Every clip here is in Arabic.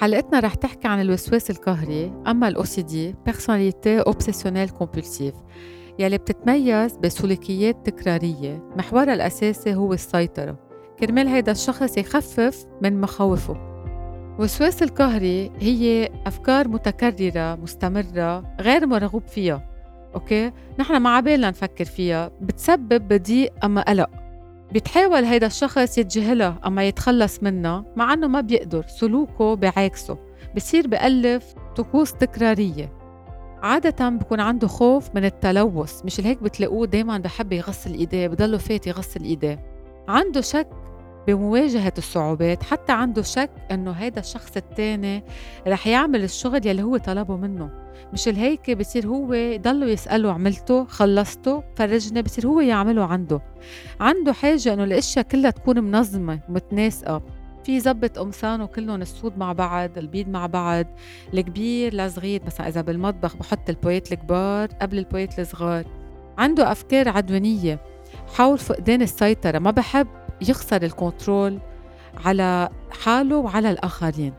حلقتنا رح تحكي عن الوسواس القهري أما ال OCD Personnalité Obsessionnelle Compulsive يلي بتتميز بسلوكيات تكرارية محورها الأساسي هو السيطرة كرمال هيدا الشخص يخفف من مخاوفه. الوسواس القهري هي أفكار متكررة مستمرة غير مرغوب فيها. نحن ما عبالنا نفكر فيها، بتسبب ضيق أما قلق. بتحاول هيدا الشخص يتجاهلها أما يتخلص منها، مع أنه ما بيقدر، سلوكه بعكسه، بصير بألف طقوس تكرارية. عادة بكون عنده خوف من التلوث، مش هيك بتلاقوه دايما بحب يغسل إيديه، بضله فات يغسل إيديه. عنده شك بمواجهة الصعوبات، حتى عنده شك أنه هيدا الشخص التاني رح يعمل الشغل يلي هو طلبه منه. مش هيك بصير هو يضله يسأله عملته خلصته فرجني، بصير هو يعمله. عنده حاجة أنه الأشياء كلها تكون منظمة ومتناسقة، في زبط قمصانه كلهم السود مع بعض، البيض مع بعض، الكبير لصغير. مثلا إذا بالمطبخ بحط البويات الكبار قبل البويات الصغار. عنده أفكار عدوانية حول فقدان السيطرة، ما بحب يخسر الكنترول على حاله وعلى الآخرين.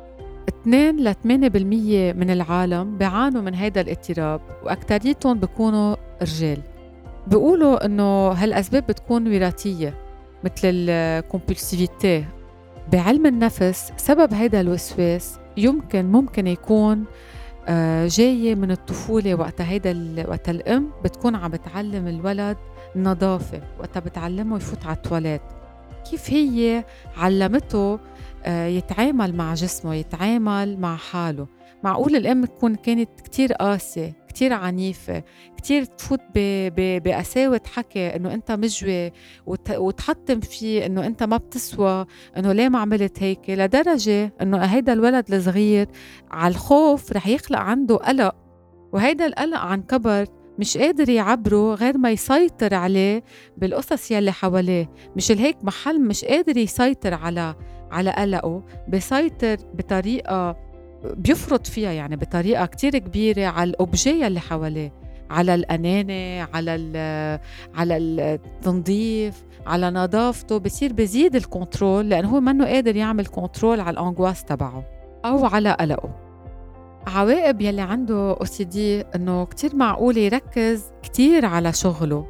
2-8% من العالم بيعانوا من هيدا الاضطراب، وأكتريتهم بيكونوا رجال. بيقولوا إنه هالأسباب بتكون وراثية مثل الكومبولسيفيتي. بعلم النفس سبب هيدا الوسواس ممكن يكون جاي من الطفولة، وقت الأم بتكون عم بتعلم الولد النظافة، وقت بتعلمه يفوت على التواليت، كيف هي علمته يتعامل مع جسمه، يتعامل مع حاله. معقول الأم تكون كانت كتير قاسية، كتير عنيفة، كتير تفوت بقساوة حكي إنه أنت مجوي، وتحطم فيه إنه أنت ما بتسوى، إنه ليه ما عملت هيك، لدرجة إنه هيدا الولد الصغير على الخوف رح يخلق عنده قلق، وهيدا القلق عن كبر مش قادر يعبره غير ما يسيطر عليه بالقصص يلي حواليه. مش هيك محل مش قادر يسيطر على قلقه، بيسيطر بطريقة بيفرط فيها، يعني بطريقة كتير كبيرة على الأوبجي اللي حواليه، على الأنانة، على التنظيف، على نظافته. بصير بزيد الكنترول لأنه هو منه قادر يعمل كنترول على الأنغواس تبعه أو على قلقه. عواقب يلي عنده OCD إنه كتير معقول يركز كتير على شغله.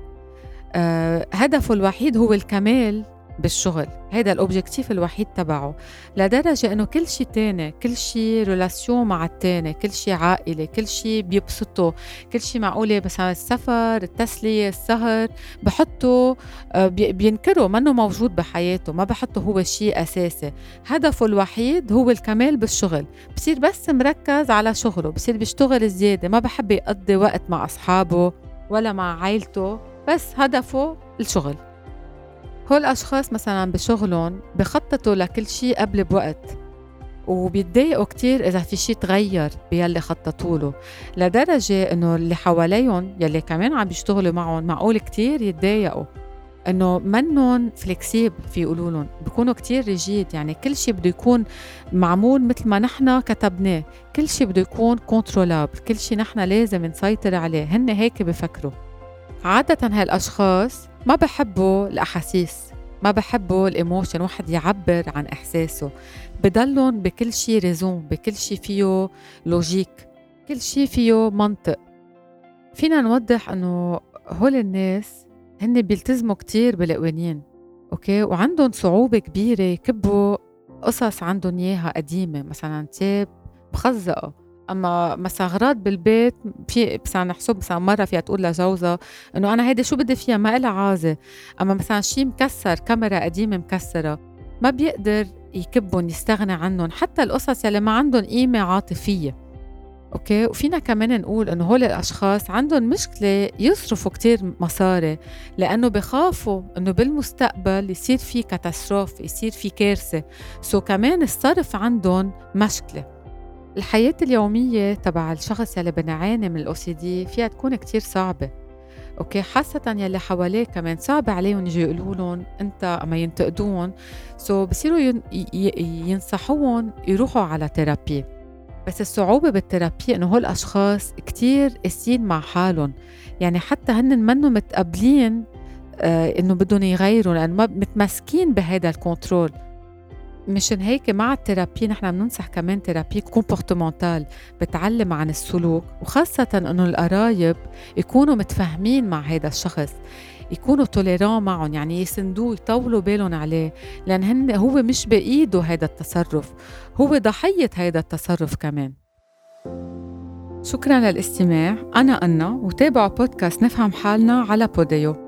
هدفه الوحيد هو الكمال بالشغل، هذا الأوبجيكتيف الوحيد تبعه، لدرجة إنه كل شيء تاني، كل شيء ريلاسيون مع التاني، كل شيء عائلة، كل شيء بيبسطه، كل شيء معقولة مثلا السفر، التسلية، السهر، بحطه بينكره، منه موجود بحياته، ما بحطه هو شيء أساسي. هدفه الوحيد هو الكمال بالشغل، بصير بس مركز على شغله، بصير بيشتغل زيادة، ما بحب يقضي وقت مع أصحابه ولا مع عائلته، بس هدفه الشغل. هول الأشخاص مثلاً بشغلهم بخططوا لكل شيء قبل بوقت، وبيتضايقوا كتير إذا في شيء تغير بياللي خططوا له، لدرجة إنه اللي حواليهم يلي كمان عم بيشتغلوا معهم معقول كتير يتضايقوا إنه منهم فليكسيبل، في يقولولن بيكونوا كتير ريجيد، يعني كل شيء بده يكون معمول مثل ما نحن كتبناه، كل شيء بده يكون كنترولابل، كل شيء نحن لازم نسيطر عليه. هن هيك بفكروا. عادة هالأشخاص ما بحبوا الأحاسيس، ما بحبوا الإيموشن، واحد يعبر عن إحساسه، بضلون بكل شي ريزون، بكل شي فيه لوجيك، كل شي فيه منطق. فينا نوضح أنه هول الناس هن بيلتزموا كتير بالقوانين، وعندهم صعوبة كبيرة يكبوا قصص عندهم إياها قديمة، مثلا تاب مخزقة، أما مثلا أغراض بالبيت في مثلا نحسب مثلا مرة فيها تقول لجوزها إنه أنا هيدا شو بدي فيها ما إلها عازة، أما مثلا شي مكسر، كاميرا قديمة مكسرة، ما بيقدر يكبهم يستغنى عنهم، حتى القصص يلي ما عندهم قيمة عاطفية. وفينا كمان نقول إنه هول الأشخاص عندهم مشكلة يصرفوا كتير مصاري، لأنه بخافوا إنه بالمستقبل يصير في كاتاستروف، يصير في كارثة، كمان الصرف عندهم مشكلة. الحياة اليومية تبع الشخص يلي بنعاني من الOCD فيها تكون كتير صعبة، حاسة يلي حواليه كمان صعب عليهم يجي يقولولن انت اما ينتقدون، بصيروا ينصحون يروحوا على تيرابي. بس الصعوبة بالتيرابي انه هول الاشخاص كتير قاسيين مع حالهم، يعني حتى هن منو متقبلين انه بدهم يغيروا، لانه متمسكين بهذا الكنترول. مشان هيك مع الثيرابي نحن بننصح كمان ثيرابي كومبورتمونتال بتعلم عن السلوك، وخاصة إنه القرايب يكونوا متفاهمين مع هذا الشخص، يكونوا توليران معهم، يعني يسندوه يطولوا بالهم عليه، لأن هو مش بإيده هذا التصرف، هو ضحية هذا التصرف كمان. شكرا للاستماع. أنا أنا، وتابعوا بودكاست نفهم حالنا على بوديو.